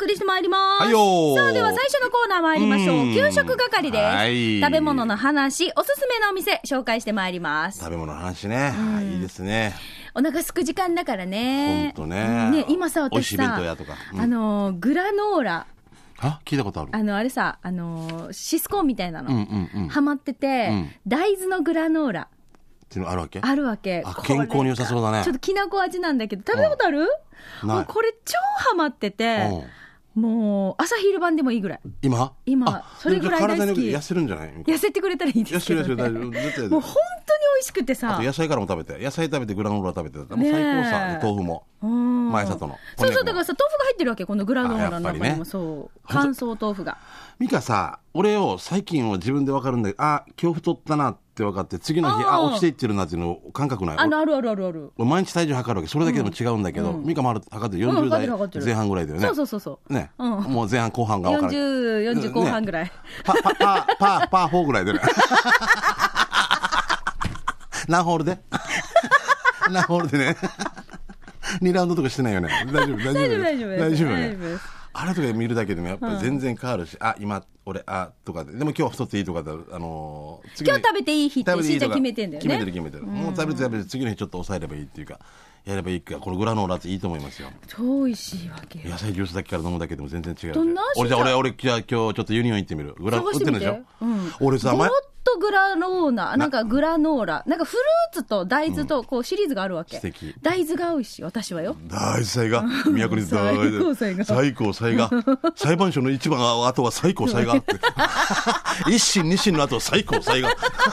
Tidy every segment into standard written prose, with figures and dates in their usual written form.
送りしてまいります。 はいよー。 さあ、では最初のコーナー参りましょう。給食係です。 はい。 食べ物の話、おすすめのお店、紹介してまいります。 食べ物の話ね。いいですね。 お腹すく時間だからね。 ほんとね。 ね、今さ、私さ、 美味しい弁当屋とか。 グラノーラ。 聞いたことある。 あれさ、シスコーンみたいなの。ハマってて、大豆のグラノーラ。 っていうのあるわけ？ あるわけ。 健康に良さそうだね。 ちょっときなこ味なんだけど、食べたことある？もうこれ超ハマってて、もう朝昼晩でもいいぐらい。 今それぐらい大好き。 体に痩せるんじゃない？ 痩せてくれたらいいですけど、ね。もう本当に美味しくてさ。 あと野菜からも食べて、野菜食べてグラノーラ食べてたらもう最高さ、豆腐も。前里の。 そう、だからさ、豆腐が入ってるわけ、このグラノーラの中にも。そう。乾燥豆腐が。 ミカさ、俺を最近は自分で分かるんだけど、今日太ったなって分かって、次の日、落ちていってるなっていうの感覚ない？ ある。 毎日体重測るわけ。それだけでも違うんだけど、ミカも測って40代前半ぐらいだよね。 そう。 ね。もう前半後半が分かる。 40後半ぐらい。 パー4ぐらいでね。何ホールで何ホールでね。2ラウンドとかしてないよね。大丈夫よね。あれとか見るだけでもやっぱり全然変わるし、今俺とかでも今日は太っていいとかで今日食べていい日ってしーちゃん決めてんだよね。 決めてる。もう食べて次の日ちょっと抑えればいいっていうか、やればいいか。このグラノーラっていいと思いますよ。 超美味しいわけ。 野菜ジュースだけから飲むだけでも全然違う。 どんな味？ 俺じゃあ今日ちょっとユニオン行ってみる。売ってるでしょ。俺さ、 ゴロッとグラノーラ、なんかグラノーラ、なんかフルーツと大豆とこうシリーズがあるわけ。 素敵。 大豆が美味しい、私はよ。 大豆菜が都立大豆。最高菜が。裁判所の一番後は最高菜が。一審二審の後は最高菜が。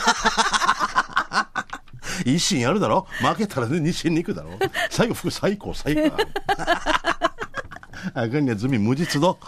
一審やるだろ、負けたらね二審に行くだろ、最後副最高最高あかんには罪無実だ。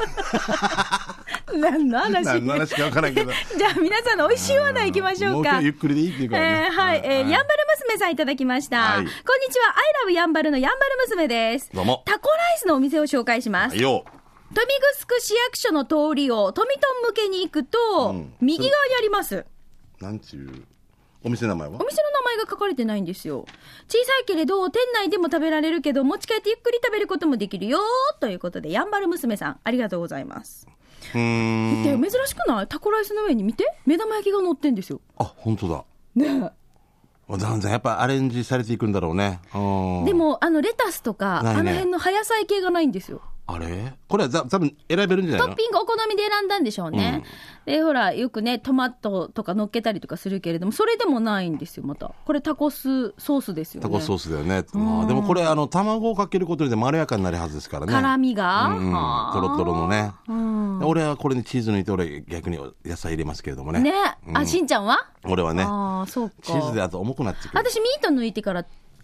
何の話か分からんけどじゃあ皆さんの美味しい話題いきましょうか。 もう今日ゆっくりでいいっていうからね。 はい、やんばる娘さんいただきました、こんにちは。I love やんばるのやんばる娘です。 どうも。 タコライスのお店を紹介します。 よ豊見城市役所の通りを富トン向けに行くと、右側にあります。 なんていうお店の名前は？ お店の名前が書かれてないんですよ。小さいけれど店内でも食べられるけど持ち帰ってゆっくり食べることもできるよということで、やんばる娘さんありがとうございます。見て、珍しくない？タコライスの上に見て、目玉焼きが乗ってんですよ。 本当だね。 全然やっぱアレンジされていくんだろうね。 でもレタスとか、あの辺の葉野菜系がないんですよ。 あれこれは多分選べるんじゃないの？ トッピングお好みで選んだんでしょうね、でほらよくねトマトとか乗っけたりとかするけれども、それでもないんですよ。またこれタコスソースですよね。 タコスソースだよね。でもこれ卵をかけることでまろやかになるはずですからね。 辛みが、 トロトロのね、俺はこれにチーズ抜いて、俺逆に野菜入れますけれどもね。 しんちゃんは？ 俺はね、 そうか、 チーズであと重くなってくる。 私ミート抜いてから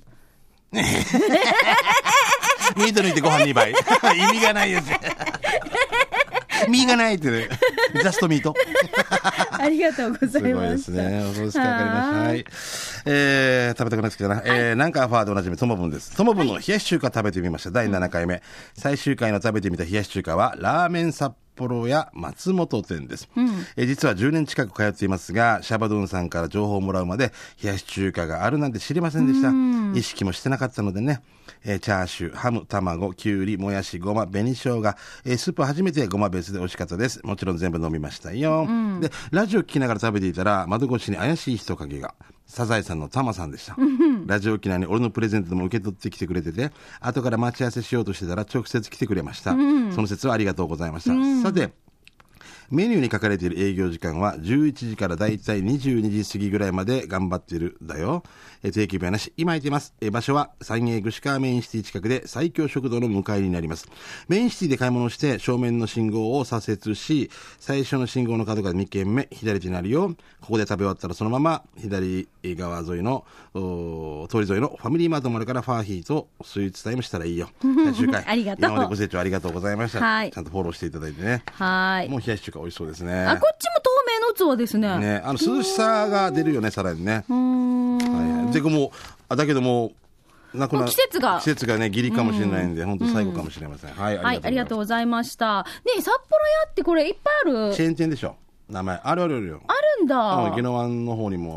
ミート抜いてご飯2倍意味がないです身がないってね。ジャストミートありがとうございます。すごいですね。そうですか、わかりました。はい。食べたくなってきたな。なんかファーでおなじみともぶんです。ともぶんの冷やし中華食べてみました。第7回目。最終回の食べてみた冷やし中華はラーメン札幌や松本店です。実は10年近く通っていますが、シャバドゥンさんから情報をもらうまで冷やし中華があるなんて知りませんでした。意識もしてなかったのでね。チャーシュー、ハム、卵、きゅうり、もやし、ごま、紅生姜、スープ初めてごまベースで美味しかったです。もちろん全部飲みましたよ。で、ラジオ聞きながら食べていたら窓越しに怪しい人影が。サザエさんのタマさんでした。ラジオ機内に俺のプレゼントでも受け取ってきてくれてて、後から待ち合わせしようとしてたら直接来てくれました。その説はありがとうございました。さて、メニューに書かれている営業時間は11時からだいたい22時過ぎぐらいまで頑張っているだよ。定休日はなし、今空いてます。場所は三栄串川メインシティ近くで最強食堂の向かいになります。メインシティで買い物して正面の信号を左折し、最初の信号の角が2軒目左手になるよ。ここで食べ終わったらそのまま左側沿いの通り沿いのファミリーマートまでからファーヒーとスイーツタイムしたらいいよ。最終回ありがとう。 今までご清聴ありがとうございました。 はい、 ちゃんとフォローしていただいてね。 はい。 もう冷やし中華美味しそうですね。 こっちも透明の器ですね。 ね、涼しさが出るよね、さらにね。はい、でもだけどもなくな季節がねギリかもしれないんで、本当最後かもしれません。はい、 ありがとうございました。ね、札幌屋ってこれいっぱいある。 チェーン店でしょ。名前あるよ。 あるんだ。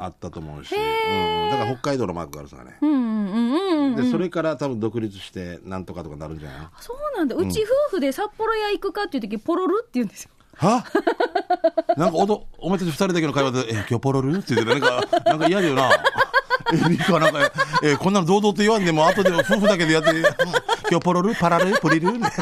あったと思うし、だから北海道のマークがあるさね、でそれから多分独立してなんとかとかなるんじゃない？ そうなんだ。うち夫婦で札幌屋行くかっていう時ポロルって言うんですよ。 はなんかお前たち2人だけの会話で今日ポロルって言ってなんか嫌だよなミカなんかこんなの堂々と言わんでも後で夫婦だけでやって今日ポロルパラルポリルでも考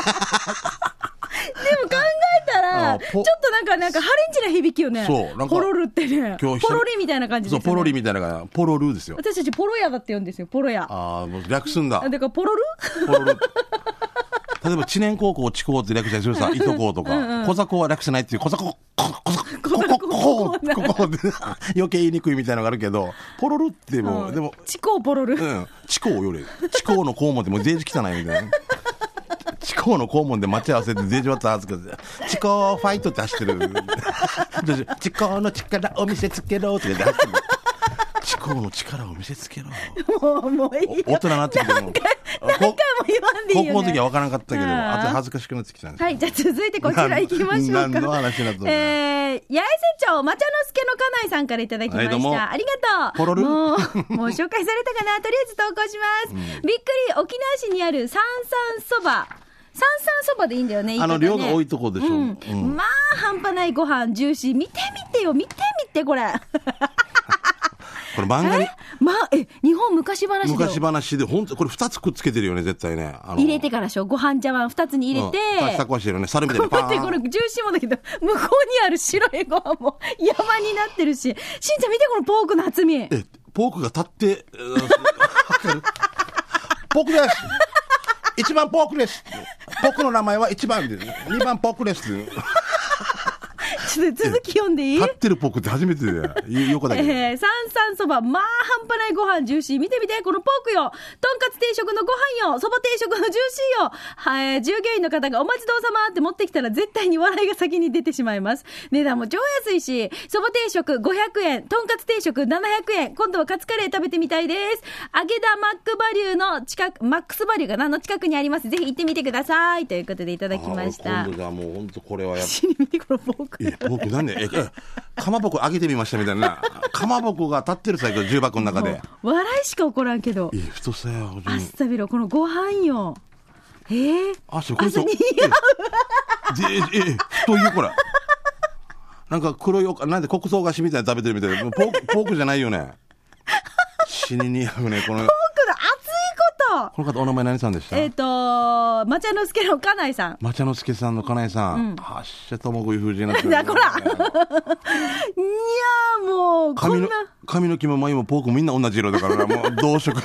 えたらちょっとなんかハレンチな響きよね。 そうなんかポロルってね、ポロリみたいな感じですよね。 そうポロリみたいな感じ、ポロルですよ。 私たちポロヤだって言うんですよ。ポロヤ。 ああもう略すんだ。 だからポロル例えば知念高校地高って略したりするさ、いとこうとか小座高は略せないっていう小座高こって余計言いにくいみたいなのがあるけど、ポロルってもうでも地高ポロル、 地高より地高の校門ってもうデージ汚いみたいな地高の校門で待ち合わせてデージ終わったはずか地高ファイトって走ってる地高の力を見せつけろって走ってる地高の力を見せつけろもういいよ。 大人になってきても何回も言わんでいいよね。 高校の時は分からなかったけどあと恥ずかしくなってきたんです。 はい、じゃあ続いてこちら行きましょうか。 何の話だと思う。 八重瀬町まちゃのすけの家内さんからいただきました、ありがとう。 ポロルもう紹介されたかな。とりあえず投稿します、びっくり。沖縄市にある三々そば、三々そばでいいんだよね。 量が多いとこでしょ、 まあ半端ないご飯ジューシー。見てみてこれこれ漫画に日本昔話で昔話で本当これ2つくっつけてるよね絶対ね。 入れてからでしょ。ご飯茶碗2つに入れてパスタ壊してるよね。猿みたいにパーン。 待ってこれジューシーもだけど向こうにある白いご飯も山になってるし。しんちゃん見てこのポークの厚み。 ポークが立ってポークです1番ポークです。ポークの名前は1番で2番ポークですちょっと続き読んでいい？ 立ってるポークって初めてだよ。横だけ三々そば、まあ半端ないご飯ジューシー。見てこのポークよ。とんかつ定食のご飯よ。そば定食のジューシーよ。従業員の方がお待ちどうさまって持ってきたら絶対に笑いが先に出てしまいます。値段も超安いし、そば定食500円、とんかつ定食700円。今度はカツカレー食べてみたいです。揚げ田マックバリューの近く、マックスバリューが何の近くにあります。ぜひ行ってみてくださいということでいただきました。 今度じゃあもう本当これはやっ見てこのポーク。 僕なんでかまぼこ揚げてみましたみたいな。かまぼこが立ってる最後重箱の中で笑いしか起こらんけど。 太さやあっさびろこのご飯よ。 朝に似合う太いよこれ。なんか黒いなんで黒糖菓子みたいな食べてるみたいな。ポークじゃないよね。死に似合うねこの。この方お名前何さんでした？ まちゃのすけの家内さん。 まちゃのすけさんの家内さん。はっしゃともごいうふうになってる。 だこら。いやもうこんな髪の毛も眉もポークみんな同じ色だからな。もう同色。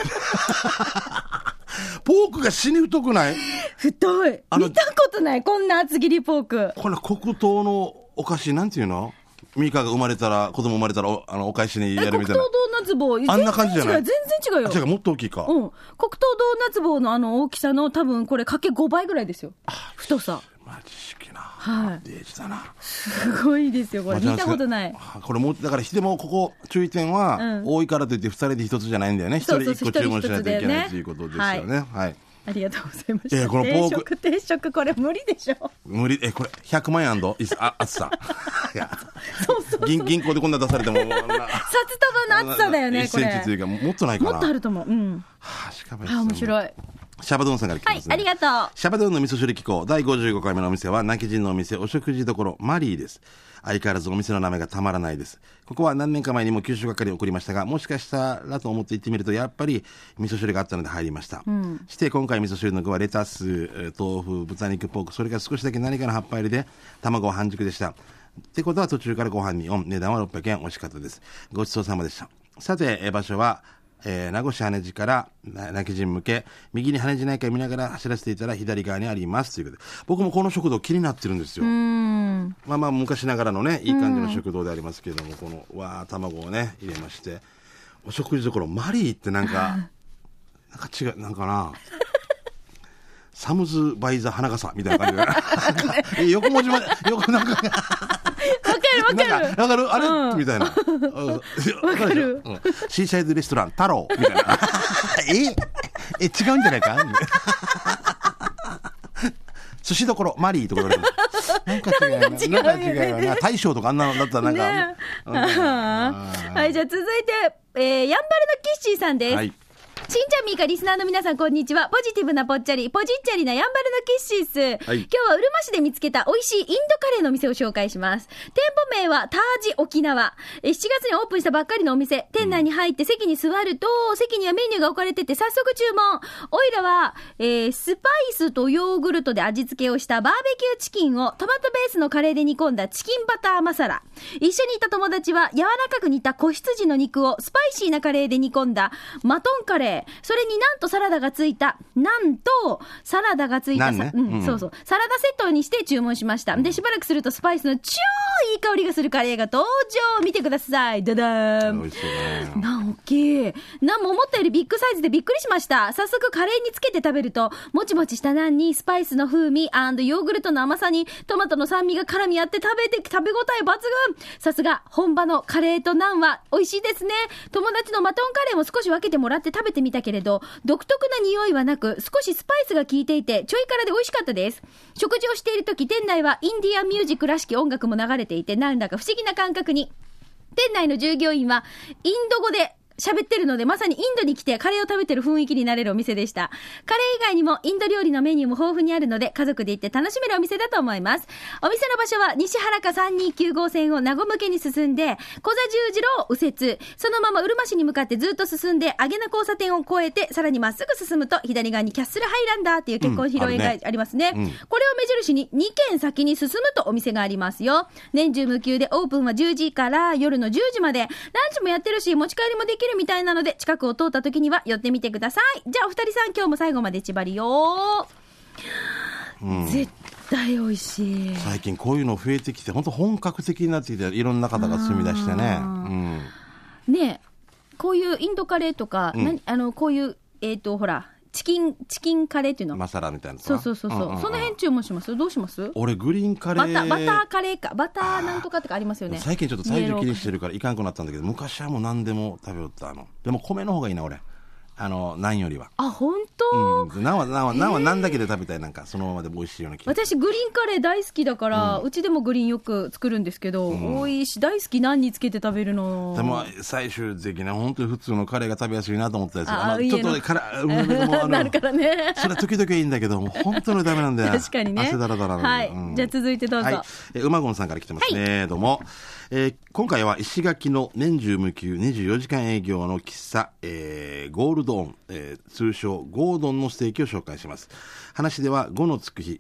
ポークが死に太くない？ 太い。見たことないこんな厚切りポーク。 これ黒糖のお菓子なんていうの？ミカが生まれたら子供生まれたらお返しにやるみたいな。 黒糖ドーナツ棒あんな感じじゃない？ 全然違うよ。 違うもっと大きいか。 黒糖ドーナツ棒の大きさの多分これかけ5倍ぐらいですよ。太さ。 マジ式な。 はい。 デージだな。 すごいですよこれ。見たことない。 これもだからでもここ注意点は、多いからといって2人で1つじゃないんだよね。1人1個注文しないといけないということですよね。はい。 ありがとうございました。 このポーク定食これ無理でしょ。 無理。これ100万円あんど厚さ。いやそう銀行でこんな出されても札束の厚さだよねこれ。 1センチというかもっとないかな。 もっとあると思う。面白い。 シャバドゥンさんから来ますね。 はい、ありがとう。 シャバドゥンの味噌汁機構第55回目のお店は泣き人のお店お食事処マリーです。相変わらずお店の名前がたまらないです。ここは何年か前にも給食係を送りましたが、もしかしたらと思って行ってみるとやっぱり味噌汁があったので入りました、して今回味噌汁の具はレタス、豆腐、豚肉、ポーク、それから少しだけ何かの葉っぱ入りで卵は半熟でした。ってことは途中からご飯にオン、値段は600円。美味しかったです。ごちそうさまでした。さて、場所は名護市羽地から泣き人向け、右に羽地内海見ながら走らせていたら左側にありますということで、僕もこの食堂気になってるんですよ。まあ昔ながらのねいい感じの食堂でありますけれども、この卵をね入れまして、お食事処マリーってなんか違うなんかなサムズバイザ花笠みたいな感じで横文字まで横なんかわかるあれ、みたいな。わかる。 シーサイドレストラン太郎みたいな。違うんじゃないか。寿司どころマリーとか言われる。なんか違うよな。大将とかあんなのだったらなんか。 はい、じゃあ続いて、やんばるのキッシーさんです。 はい。 しんちゃんみーかリスナーの皆さんこんにちは。ポジティブなぽっちゃりポジッチャリなやんばるのキッシース、はい、今日はうるま市で見つけた美味しいインドカレーの店を紹介します。店舗名はタージ沖縄。7月にオープンしたばっかりのお店。店内に入って席に座ると、席にはメニューが置かれてて早速注文。おいらは、スパイスとヨーグルトで味付けをしたバーベキューチキンをトマトベースのカレーで煮込んだチキンバターマサラ。一緒にいた友達は柔らかく煮た子羊の肉をスパイシーなカレーで煮込んだマトンカレー。それになんとサラダがついた、そうそう、サラダセットにして注文しました。で、しばらくするとスパイスの超いい香りがするカレーが登場。見てください。ダダーン。 美味しそうね。 大きい。なんも思ったよりビッグサイズでびっくりしました。早速カレーにつけて食べると、もちもちしたナンにスパイスの風味&ヨーグルトの甘さにトマトの酸味が絡み合って食べ応え抜群。さすが本場のカレーとナンは美味しいですね。友達のマトンカレーも少し分けてもらって食べてみたけれど、独特な匂いはなく少しスパイスが効いていてちょい辛で美味しかったです。食事をしているとき店内はインディアンミュージックらしき音楽も流れていて、なんだか不思議な感覚に。店内の従業員はインド語で喋ってるので、まさにインドに来てカレーを食べてる雰囲気になれるお店でした。カレー以外にもインド料理のメニューも豊富にあるので、家族で行って楽しめるお店だと思います。お店の場所は西原か329号線を名護向けに進んで、小座十字路を右折、そのままうるま市に向かってずっと進んで、上げな交差点を越えて、さらにまっすぐ進むと左側にキャッスルハイランダーっていう結婚披露宴がありますね。これを目印に2軒先に進むとお店がありますよ。年中無休でオープンは10時から夜の10時まで、ランチもやってるし持ち帰りもできるみたいなので、近くを通った時には寄ってみてください。じゃあお二人さん、今日も最後まで千張りよ、絶対美味しい。 最近こういうの増えてきて本当本格的になってきて、いろんな方が住み出してね、 ねえ、こういうインドカレーとか、こういうほらチキンカレーっていうのマサラみたいな。 そう、その辺注文します。どうします？ 俺グリーンカレーバターカレーかバターなんとかとかありますよね。 最近ちょっと体重気にしてるからいかんくなったんだけど、昔はもう何でも食べよった。でも米の方がいいな俺。ナンよりは。あ、 本当？ ナンはナンだけで食べたい。なんかそのままでも美味しいような気が。 私グリーンカレー大好きだから、うちでもグリーンよく作るんですけど、美味しい、大好き。ナンにつけて食べるの。 でも最終的に本当に普通のカレーが食べやすいなと思ったやつ。ちょっとなるからね。 それ時々いいんだけど、もう本当にダメなんだよ。 確かにね。 汗だらだら。 はい。じゃあ続いてどうぞ。 うまごんさんから来てますね。どうも。今回は石垣の年中無休24時間営業の喫茶、ゴールドオン、通称ゴードンのステーキを紹介します。話では5のつく日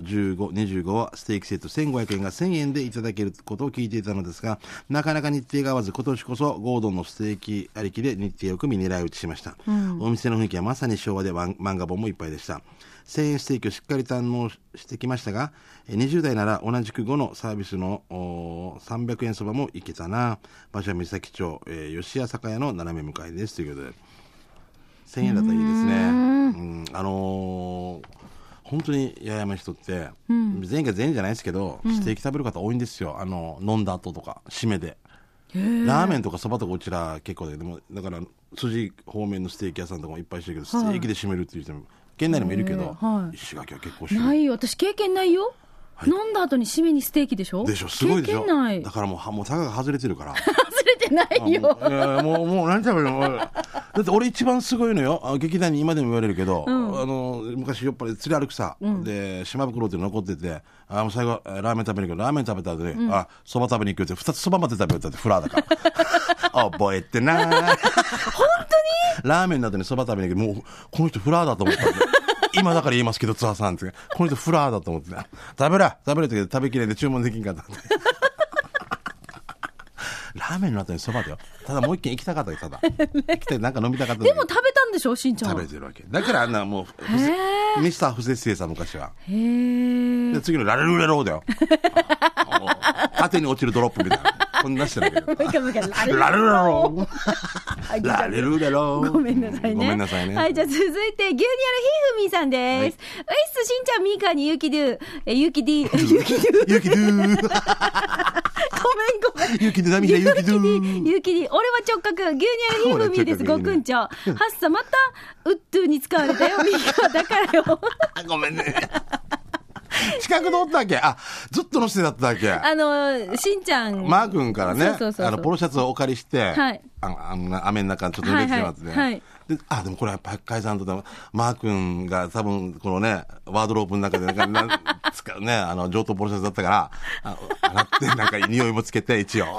5、15、25はステーキセット1500円が1000円でいただけることを聞いていたのですが、なかなか日程が合わず、今年こそゴードンのステーキありきで日程を組み狙い撃ちしました。お店の雰囲気はまさに昭和で漫画本もいっぱいでした。1000円ステーキをしっかり堪能してきましたが、20代なら同じく5のサービスの300円そばもいけたな。場所は三崎町、吉谷酒屋の斜め向かいですということで、1000円だったらいいですね。本当に八重山人って、全員じゃないですけど、ステーキ食べる方多いんですよ。飲んだ後とか締めで。ラーメンとかそばとかうちら結構でも、だから辻方面のステーキ屋さんとかもいっぱいしてるけど、ステーキで締めるっていう人も県内にもいるけど、石垣は結構ないよ。私経験ないよ。飲んだ後に締めにステーキでしょ。 すごいでしょ。 経験ない。 だからもうタガが外れてるから外れてないよ。 もう何食べるの。だって俺一番すごいのよ。劇団に今でも言われるけど、昔酔っ払い釣り歩くさ、で島袋って残ってて、もう最後ラーメン食べに行く。ラーメン食べた後で、そば食べに行くって2つそばまで食べよったってフラーだから覚えてな。本当にラーメンの後にそば食べに行く。もうこの人フラーだと思ったんで今だから言いますけど、ツアーさんってこの人フラーだと思って食べるって食べきれんで注文できんかったってラーメンの後にそばだよ。ただもう一軒行きたかったよ。ただ来てなんか飲みたかった。 でも食べたんでしょ、しんちゃん。 食べてるわけだから。あんなもうミスター不節制さん昔は。で次のラレルレローだよ縦に落ちるドロップみたいな、こんなしてるけどラレルレローラレルレロー。 ごめんなさいね。 ごめんなさいね。 はい、じゃあ続いて牛乳のひふみさんです。ういっす、しんちゃん、みーかにゆきどゥゆきどゥごめんゆきど涙ゆきどゥゆきどゥ。俺は直角牛乳のひふみです。ごくんちょはっさまたウッドゥに使われたよみーかだからよごめんね近くでおったっけ？あ、ずっとのせてだったっけ？ しんちゃん。 マー君からね、 そうポロシャツをお借りして、 はい、 雨の中ちょっと濡れてしまってね。 はいはいはい、 でもこれはやっぱり解散とマー君が多分このね、ワードローブの中で使うね、上等ポロシャツだったから、洗ってなんか匂いもつけて一応。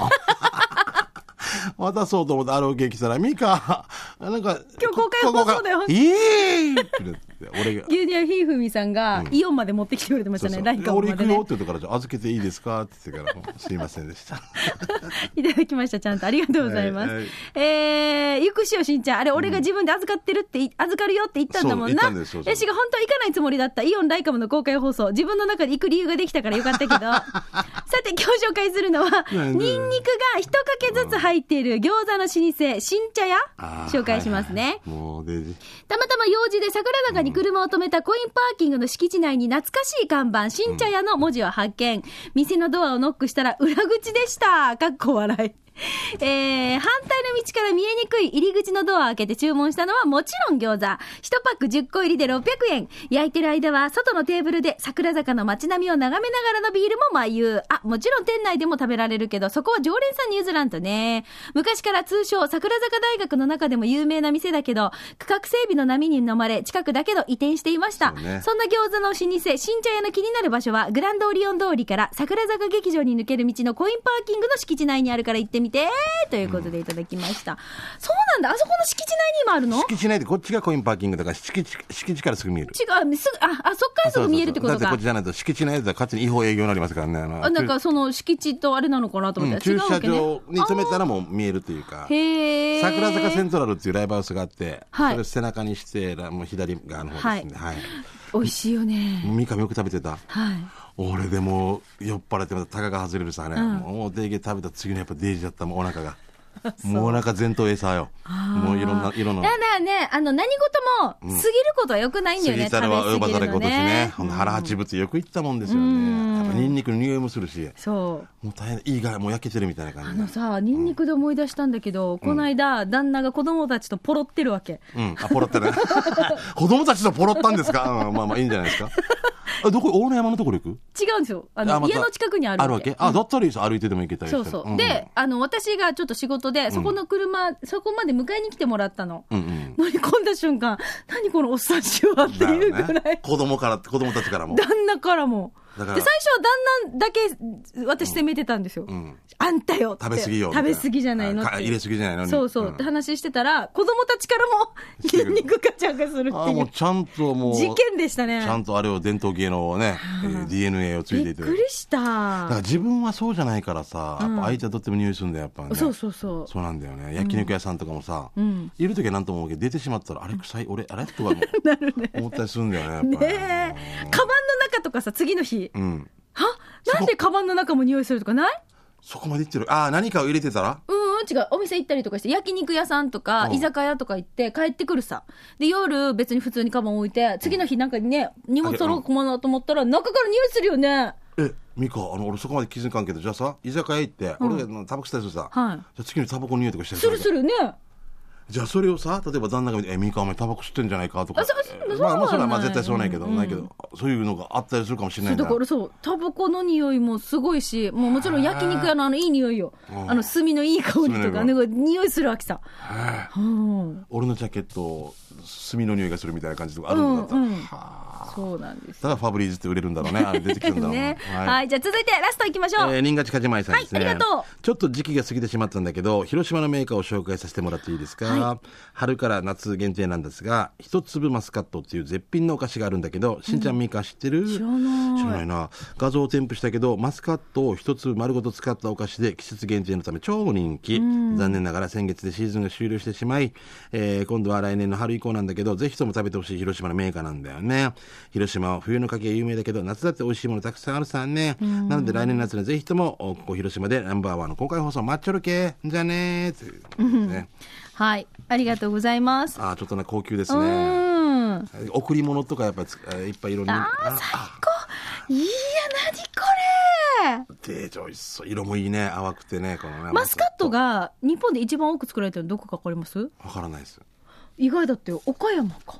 渡そうと思ってアローケーキしたら、ミカ、なんか、 今日公開放送だよ。 俺が。 牛乳ひふみさんが、イオンまで持ってきてくれてましたね、ライカオまでね。 俺行くよって言ったから、じゃあ預けていいですかって言ってから、すいませんでした。 いただきました、ちゃんと。ありがとうございます。ゆくしおしんちゃん、あれ、俺が自分で預かるよって言ったんだもんな。しが本当行かないつもりだったイオンライカムの公開放送。自分の中で行く理由ができたからよかったけど。さて、今日紹介するのは、ニンニクが一かけずつ入っている餃子の老舗、新茶屋。紹介しますね。たまたま用事で桜坂に車を止めたコインパーキングの敷地内に懐かしい看板、新茶屋の文字を発見。店のドアをノックしたら裏口でした。かっこ笑い。反対の道から見えにくい入り口のドアを開けて注文したのはもちろん餃子。1パック10個入りで600円。焼いてる間は外のテーブルで桜坂の街並みを眺めながらのビールも毎夕。もちろん店内でも食べられるけど、そこは常連さんに譲らんとね。昔から通称桜坂大学の中でも有名な店だけど、区画整備の波に飲まれ、近くだけど移転していました。そんな餃子の老舗、新茶屋の気になる場所は、グランドオリオン通りから桜坂劇場に抜ける道のコインパーキングの敷地内にあるから行ってみて。ということでいただきました。そうなんだ。あそこの敷地内に今あるの？敷地内でこっちがコインパーキングだから敷地からすぐ見える。 違う、そっからすぐ見えるってことか。 だってこっちじゃないと敷地内だったら勝手に違法営業になりますからね。 なんかその敷地とあれなのかなと思って、 駐車場に止めたらもう見えるというか。桜坂セントラルっていうライブハウスがあって、それを背中にしてもう左側の方ですね。はい。 美味しいよね。 ミカもよく食べてた。 はい。 俺でも酔っ払ってまたタガが外れるさね。もうデーゲ食べた次のやっぱデージだったもんお腹が。もうお腹前頭エサよ。もういろんな色の。 だからね、何事も過ぎることは良くないんだよね。 過ぎたらは及ばざれことしね。腹八分よく言ったもんですよね。やっぱニンニクの匂いもするし。 そう。 もう大変、胃がもう焼けてるみたいな感じ。 ニンニクで思い出したんだけど、この間、旦那が子供たちとポロってるわけ。 ポロってね。子供たちとポロったんですか？まあいいんじゃないですか。どこ、大野山のところ行く？ 違うんですよ。家の近くにあるわけ。 だったらいいです。歩いてでも行けたりそうそう。で、私がちょっと仕事で、そこの車、そこまで迎えに来てもらったの。乗り込んだ瞬間、何このおっさんしはっていうぐらい。 子供たちからも。 旦那からも。で、最初は旦那だけ私責めてたんですよ。あんたよって。 食べ過ぎよ。 食べ過ぎじゃないのって。 入れ過ぎじゃないのに。 そうそう。って話してたら、子供たちからもニンニクガチャガするっていう。 もうちゃんともう。 事件でしたね。 ちゃんとあれを伝統芸能をね、DNA をついていて。 びっくりした。だから自分はそうじゃないからさ、やっぱ相手はとっても匂いするんだよ、やっぱね。 そうそうそう。 そうなんだよね。焼肉屋さんとかもさ、いるときはなんとも思うけど、出てしまったら、あれ臭い、俺、あれとか思ったりするんだよね、やっぱり。 ねえ。カバンの中とかさ、次の日。なんでカバンの中も匂いするとかない？ そこまで言ってる。何かを入れてたら？ 違う。お店行ったりとかして、焼肉屋さんとか、居酒屋とか行って帰ってくるさ。で、夜別に普通にカバン置いて、次の日なんかね、荷物取ろうかなと思ったら、中から匂いするよね。 ミカ、俺そこまで気づかんけど、じゃあさ、居酒屋行って、俺がタバコ吸ったりするさ。じゃあ次にタバコの匂いとかしてる。するね。 じゃあそれをさ、例えば旦那が見て、ミカお前タバコ吸ってんじゃないかとか。まあそれはまあ絶対そうないけど、そういうのがあったりするかもしれないんだ。 だからそう、タバコの匂いもすごいし、もちろん焼肉屋のいい匂いよ。炭のいい香りとか、匂いするわけさ。 俺のジャケット、炭の匂いがするみたいな感じとかあるんだった。 そうなんです。 だからファブリーズって売れるんだろうね。出てきてるんだろうね。 はい、じゃあ続いてラストいきましょう。 新勝かじまいさんですね。 ありがとう。 ちょっと時期が過ぎてしまったんだけど、広島のメーカーを紹介させてもらっていいですか？春から夏限定なんですが、一粒マスカットっていう絶品のお菓子があるんだけど、しんちゃんミカ知ってる？ 知らないな。画像を添付したけど、マスカットを一粒丸ごと使ったお菓子で季節限定のため超人気。残念ながら先月でシーズンが終了してしまい、今度は来年の春以降なんだけど、ぜひとも食べてほしい広島のメーカーなんだよね。広島は冬の柿が有名だけど、夏だって美味しいものたくさんあるさね。なので来年夏にぜひともここ広島でナンバー1の公開放送待っちょるけじゃねーというね。 はい、ありがとうございます。 ちょっと高級ですね。贈り物とかやっぱりいっぱい色に。 最高。いや、何これ。 デージ美味しそう。色もいいね、淡くてね、このね。 マスカットが日本で一番多く作られてるのどこかわかります？ わからないです。 意外だって岡山か。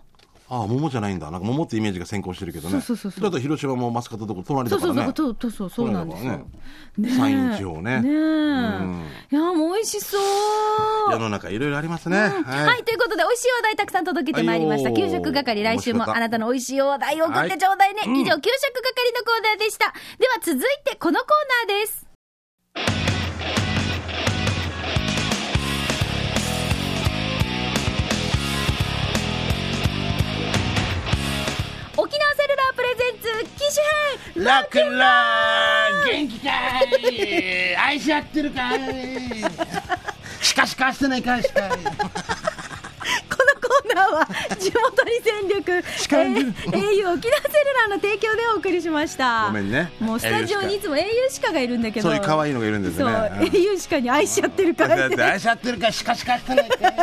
ああ、桃じゃないんだ。なんか桃ってイメージが先行してるけどね。 そうそうそうだって広島もマスカットとこ隣だからね。 そうなんですよ。 ね、山陰地方ね。 ねえ。いや、もう美味しそう。 世の中いろいろありますね。 はい、ということで、美味しい話題たくさん届けてまいりました。給食係、来週もあなたの美味しい話題を送ってちょうだいね。以上、給食係のコーナーでした。では続いて、このコーナーです。沖縄セルラープレゼンツ機種編ロックンロール元気かい愛し合ってるかいしかしてないかいしかいこのコーナーは地元に全力au 沖縄セルラーの提供でお送りしました。 ごめんね。 もうスタジオにいつもau鹿がいるんだけど、 そういう可愛いのがいるんですよね。 そう、au 鹿に愛し合ってるからって愛し合ってるかしかしてないかい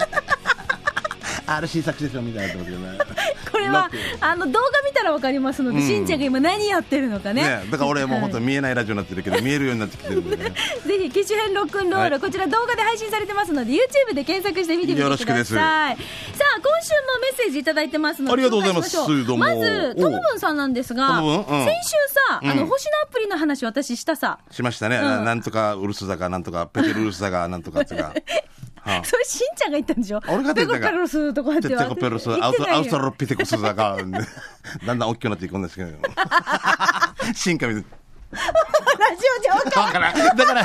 RC 作詞ですよみたいなことね。 これは動画見たら分かりますので、しんちゃんが今何やってるのかね。 だから俺もう本当見えないラジオになってるけど、見えるようになってきてるんでね。 ぜひ機種編ロックンロール、こちら動画で配信されてますので YouTube で検索してみてみてください。 よろしくです。さあ、今週もメッセージいただいてますので、 ありがとうございます。 まずともぶんさんなんですが、先週さ、星のアプリの話私したさ。 しましたね。なんとかウルスだかなんとかペテルウルスだかなんとかってか。 それしんちゃんが言ったんでしょ。 俺が言ったペコペロスとかってペコペロスアウストロピテコスだかだんだん大きくなっていくんですけど進化見てラジオじゃ分からん。 だから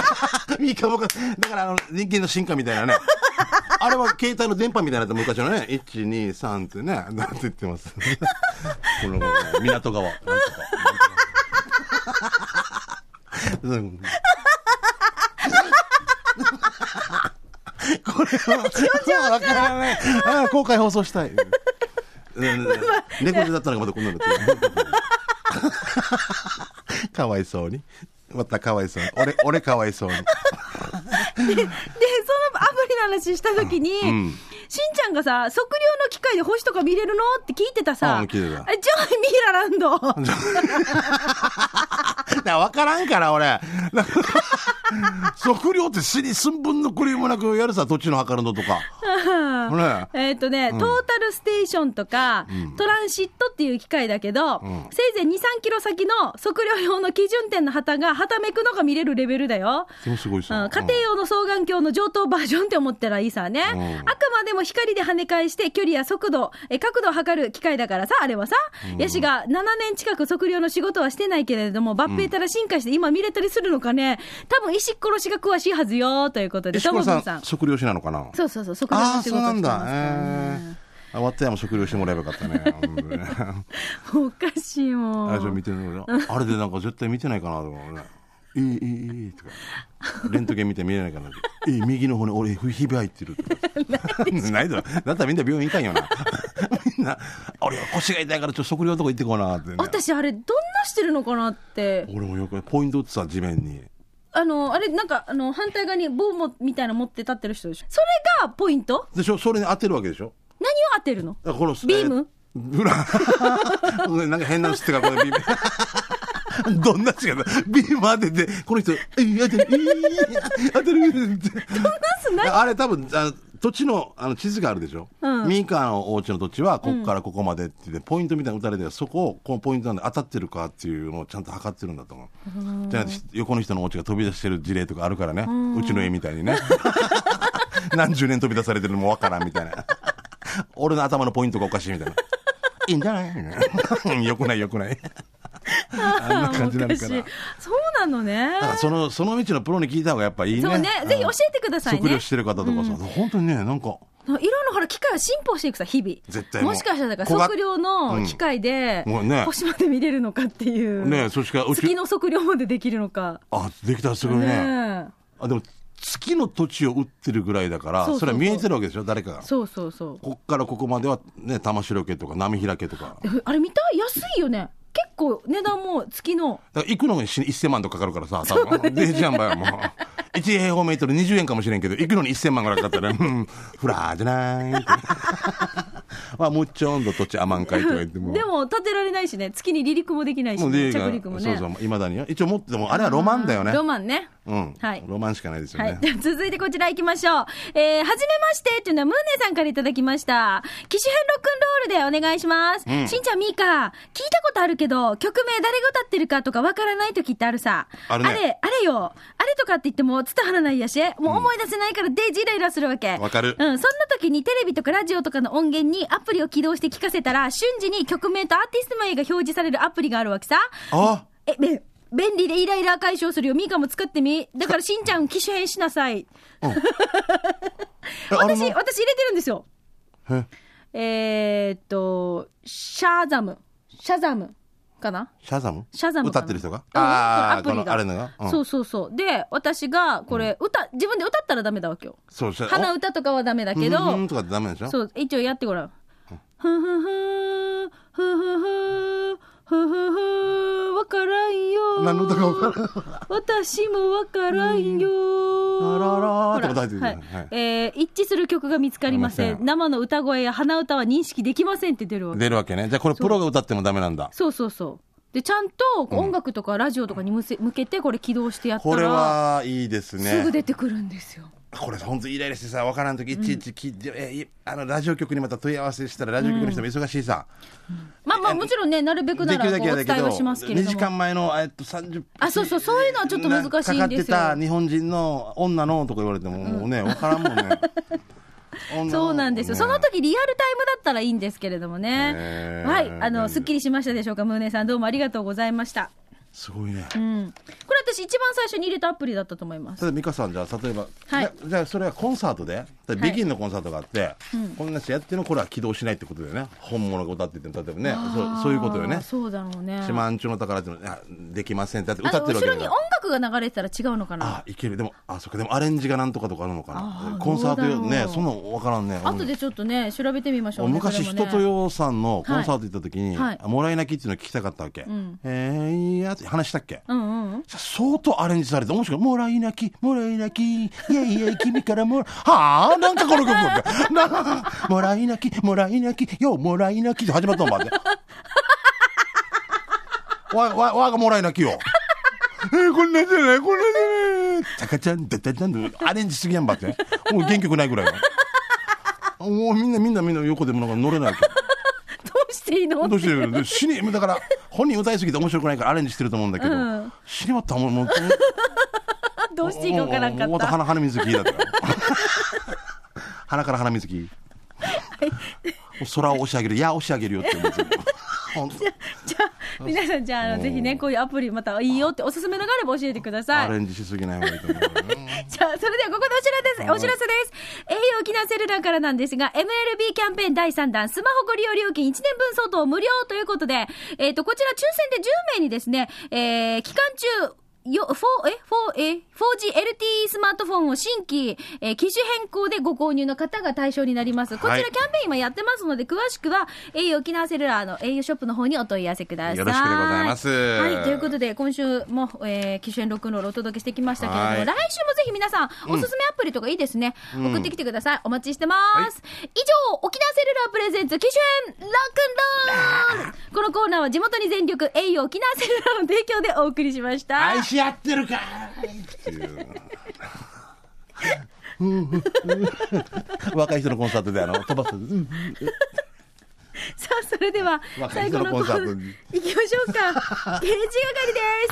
人間の進化みたいなねあれは携帯の電波みたいなやつ昔のね123ってねなんて言ってますこの港川なんとかこれは分からない。公開放送したい。猫背だったのがまたこんなのかわいそうに。またかわいそうに。俺かわいそうに。でそのアプリの話した時に、しんちゃんがさ、測量の機械で星とか見れるのって聞いてたさ。 聞いてた。 じゃあミラランド。 分からんから俺。測量って寸分のクリームなくやるさ、土地の測るのとか。 トータルステーションとか、トランシットっていう機械だけど、せいぜい2、3キロ先の測量用の基準点の旗がはためくのが見れるレベルだよ。 すごいさ。 家庭用の双眼鏡の上等バージョンって思ったらいいさね。あくまでも光で跳ね返して距離や速度、角度を測る機械だからさ、あれはさ。ヤシが7年近く測量の仕事はしてないけれども、抜兵たら進化して今見れたりするのかね。多分石ころしが詳しいはずよということで、 石ころさん測量士なのかな。 そう測量の仕事してますからね。 そうなんだ。わったやも測量してもらえばよかったね。 おかしいもん。 あれでなんか絶対見てないかなと思うね。とかレントゲン見て見れないかな。右の方に俺ひび入ってるとかないだろ。だったらみんな病院行かんよな。みんな俺腰が痛いからちょっと測量のとこ行ってこうなって、ね、 私あれどんなしてるのかなって。 俺もよくポイント打ってさ、地面にあれなんか反対側に棒みたいな持って立ってる人でしょ。それがポイントでしょ。それに当てるわけでしょ。 何を当てるの。 このビームなんか変なの知ってからこれビームどんな違うの。ビーム当ててこの人当てるってあれ多分土地の地図があるでしょ。ミカのお家の土地はここからここまでってでポイントみたいなの打たれて、そこをこのポイントなんで当たってるかっていうのをちゃんと測ってるんだと思う。じゃあ横の人のお家が飛び出してる事例とかあるからね。うちの家みたいにね何十年飛び出されてるのもわからんみたいな俺の頭のポイントがおかしいみたいな。いいんじゃないよくないあんな感じになるから。そうなのね。 だからその道のプロに聞いた方がやっぱいいね。 そうね、ぜひ教えてくださいね。 測量してる方とかさ、本当にね、なんかいろんなほら機械は進歩していくさ、日々。 絶対もしかしたらだから測量の機械で星まで見れるのかっていうね。そしか月の測量までできるのか。 できたらすごいね。でも月の土地を売ってるぐらいだから、それは見えてるわけでしょ、誰かが。こっからここまではね、玉城家とか波平家とか。 あれ見た？安いよね。結構値段も月のだから行くのに1000万とかかかるからさ、多分デージャンバーも1平方メートル20円かもしれんけど、行くのに1000万ぐらいかかったらフラーじゃないむっちゃ温度土地甘んかいとか言っても。 でも立てられないしね、月に離陸もできないし、ね、着陸もね。 そうそう、いまだによ。一応持ってても、あれはロマンだよね。 ロマンね。 うん。 はい。 ロマンしかないですよね。 はい。では続いてこちら行きましょう。はじめましてっていうのはムーネさんからいただきました。機種編ロックンロールでお願いします。しんちゃんみーか、聞いたことあるけど、曲名誰が歌ってるかとかわからない時ってあるさ。 あるね。 あれよ。あれとかって言っても伝わらないやし、もう思い出せないからデージイライラするわけ。 わかる。 そんな時にテレビとかラジオとかの音源にアプリを起動して聞かせたら、瞬時に曲名とアーティスト名が表示されるアプリがあるわけさ。便利でイライラ解消するよ。ミーカも使ってみ。だからしんちゃん機種変しなさい。私入れてるんですよ。シャザムかな。 シャザム歌ってる人が、 アプリがあれのが、 そうで、私がこれ、自分で歌ったらダメだわけよ。鼻歌とかはダメだけど、 とかってダメでしょ。 そう、一応やってごらん。ふふふふふふふふふわからんよ。 何の歌かわからん。 私もわからんよ。 あららーとか大丈夫。一致する曲が見つかりません。生の歌声や鼻歌は認識できませんって出るわけ。 出るわけね。じゃあこれプロが歌ってもダメなんだ。 そう。で、ちゃんと音楽とかラジオとかに向けてこれ起動してやったら。 これはいいですね。 すぐ出てくるんですよ。 これ本当イライラしてさ、わからんときいちいち聞いて、ラジオ局にまた問い合わせしたらラジオ局の人も忙しいさ。 まあもちろんね、なるべくならお伝えはしますけれども。 2時間前の30分。 そういうのはちょっと難しいんですよ。 かかってた日本人の女のとか言われても、もうね、わからんもんね。 そうなんですよ。その時リアルタイムだったらいいんですけれどもね。はい、すっきりしましたでしょうか、ムーネさん。どうもありがとうございました。 すごいね。 これ私一番最初に入れたアプリだったと思います。 美香さん、じゃあ例えば、じゃあそれはコンサートで、ビギンのコンサートがあって、こんな人やってるの、これは起動しないってことだよね。本物が歌ってて、例えばね、そういうことよね。 そうだろうね。 四万十の宝ってできませんって歌ってるわけだから。 後ろに音楽が流れてたら違うのかな。 いける。でもアレンジがなんとかとかあるのかな。コンサートね、そんなの分からんね。 後でちょっとね、調べてみましょう。 昔人とようさんのコンサート行った時に、もらい泣きっていうのを聞きたかったわけ。って話したっけ。相当アレンジされて面白い。もらい泣きイエイイエイ君からなんかこの曲もらい泣きよもらい泣きって始まったの待ってわがもらい泣きよこんなんじゃないタカちゃんダダちゃんアレンジすぎやんばってもう原曲ないぐらいもうみんな横でもなんか乗れないわけ。 どうしていいの？ どうしていいの？死にだから本人歌いすぎて面白くないからアレンジしてると思うんだけど、死にまったもうどうしていいか分からんかった。 また鼻水きだった鼻から鼻水き、空を押し上げる押し上げるよってじゃあ皆さん、じゃあぜひね、こういうアプリまたいいよっておすすめのがあれば教えてください。 アレンジしすぎない方がいいと思う。 じゃあそれではここでお知らせです。au 沖縄セルラーからなんですが、 MLB キャンペーン第3弾スマホご利用料金1年分相当無料ということで、こちら抽選で10名にですね、期間中4G LTE スマートフォンを新規、機種変更でご購入の方が対象になります。こちらキャンペーン今やってますので、詳しくは au 沖縄セルラーの au ショップの方にお問い合わせください。 よろしくでございます。 はい、ということで今週も、機種変ロックンロールお届けしてきましたけれども、来週もぜひ皆さんおすすめアプリとかいいですね、送ってきてください。お待ちしてます、以上、沖縄セルラープレゼンツ機種変ロックンロールこのコーナーは地元に全力 au 沖縄セルラーの提供でお送りしました。 愛し合ってるかっていう若い人のコンサートで飛ばすさあ、それでは最後のコーナー行きましょうか。刑事係です。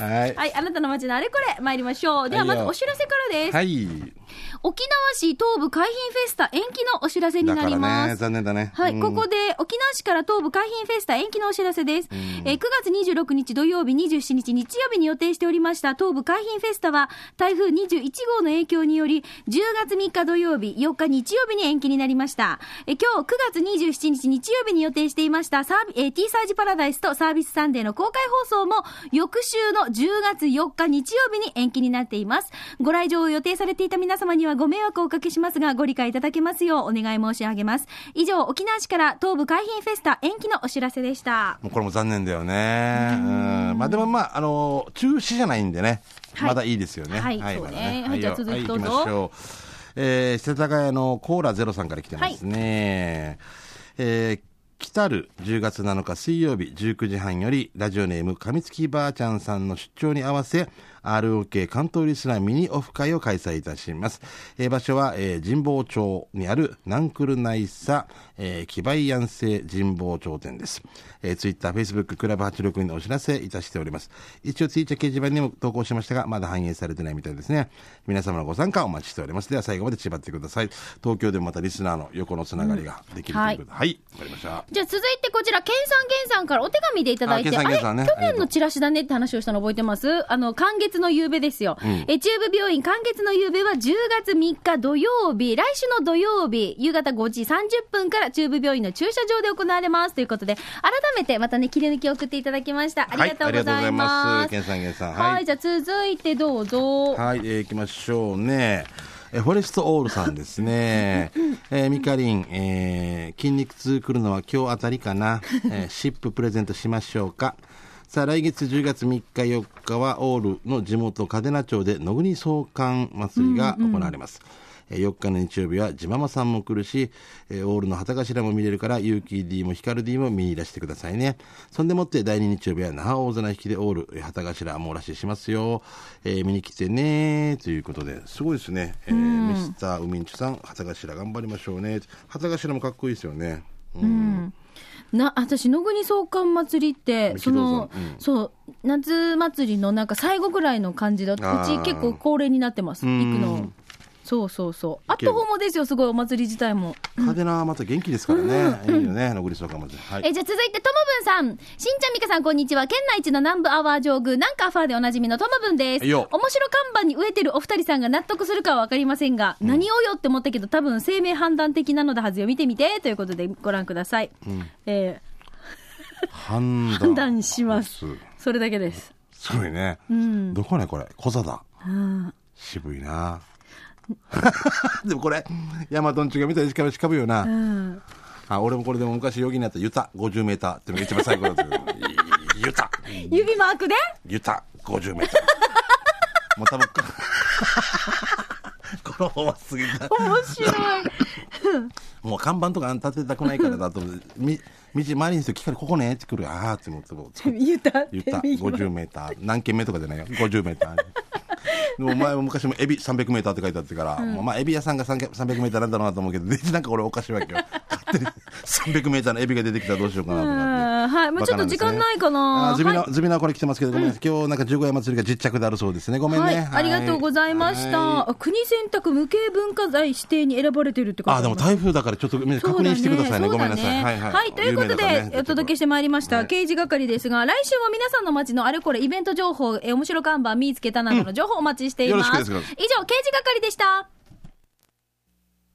はい、あなたの街のあれこれ参りましょう。ではまずお知らせからです。 はい、 沖縄市東部海浜フェスタ延期のお知らせになります。 ね、残念だね。 はい、ここで沖縄市から東部海浜フェスタ延期のお知らせです。9月26日土曜日、27日日曜日に予定しておりました東部海浜フェスタは台風21号の影響により10月3日土曜日、4日日曜日に延期になりました。今日9月27日日曜日に予定していましたT サージパラダイスとサービスサンデーの公開放送も翌週の10月4日日曜日に延期になっています。ご来場を予定されていた皆様にはご迷惑をおかけしますが、ご理解いただけますようお願い申し上げます。以上、沖縄市から東部海浜フェスタ延期のお知らせでした。 もうこれも残念だよね。まあでも中止じゃないんでね、まだいいですよね。 はい、そうね。はい、じゃあ続きどうぞ。 行きましょう。世田谷のコーラゼロさんから来てますね。 来たる10月7日水曜日19時半よりラジオネームかみつきばあちゃんさんの出張に合わせ ROK 関東リスナーミニオフ会を開催いたします。場所は、神保町にあるナンクルナイサ、キバイヤン製神保町店です。ツイッター、フェイスブック、クラブ86にお知らせいたしております。一応ツイッター掲示板にも投稿しましたが、まだ反映されてないみたいですね。皆様のご参加お待ちしております。では最後まで縛ってください。東京でもまたリスナーの横のつながりができるということで、はい、わかりました。 じゃあ続いてこちら、ケンさんからお手紙でいただいて、 ケンさんね、 去年のチラシだねって話をしたの覚えてます？寒月の夕べですよ。中部病院寒月の夕べは10月3日土曜日、来週の土曜日、夕方5時30分から中部病院の駐車場で行われますということで、改めてまたね、切り抜きを送っていただきました。ありがとうございます。 ケンさん。 はい、じゃあ続いてどうぞ。 はい、行きましょうね。フォレストオールさんですね。ミカリン、筋肉痛来るのは今日あたりかな。シッププレゼントしましょうか。さあ来月10月3日4日はオールの地元嘉手納町で野国総監祭りが行われます。4日の日曜日は地ママさんも来るし、オールの旗頭も見れるからユーキー D もヒカル D も見に出してくださいね。そんでもって第2日曜日は那覇大皿引きでオール旗頭網羅ししますよ、見に来てねということで、すごいですね。ミスターウミンチュさん、旗頭頑張りましょうね。旗頭もかっこいいですよね。 私野国総監祭りってそう夏祭りのなんか最後ぐらいの感じで、うち結構恒例になってます、行くの。そうアットホームですよ、すごいお祭り自体も。 嘉手納はまた元気ですからね。いいよね、野国総監祭り。はい、 じゃあ続いてともぶんさん、しんちゃんみかさんこんにちは。県内一の南部アワー上宮なんかアファーでおなじみのともぶんです。面白看板に植えてるお二人さんが納得するかは分かりませんが、何をよって思ったけど多分生命判断的なのだはずよ、見てみてということでご覧ください。判断します。それだけです。 すごいね。どこねこれ、小座だ。渋いな。でもこれヤマトンチが見たらしかぶよな。俺もこれでも昔ヨギにあったユタ50メーターっていうのが一番最高だったけどユタ指マークでユタ50メーターもう多分この方はすぎた。 面白い。 もう看板とか立てたくないからだと周りに人聞かれここねって来る。あーって思ってユタ 50メーター何軒目とかじゃないよ、50メーター。でも前も昔もエビ300メーターって書いてあってから、まあエビ屋さんが300メーターなんだろうなと思うけど、なんか俺おかしいわけよ。勝手に300メーターのエビが出てきたらどうしようかなとかって。 はい、もうちょっと時間ないかな。 ズビナこれ来てますけど、ごめんなさい。今日なんか15夜祭りが実着であるそうですね。ごめんね。 ありがとうございました。国選択無形文化財指定に選ばれてるってこと。 でも台風だからちょっと確認してくださいね。ごめんなさい。 はい、ということでお届けしてまいりました刑事係ですが、来週も皆さんの街のあれこれイベント情報、面白看板見つけたなどの情報をお待ちしています。以上、刑事係でした。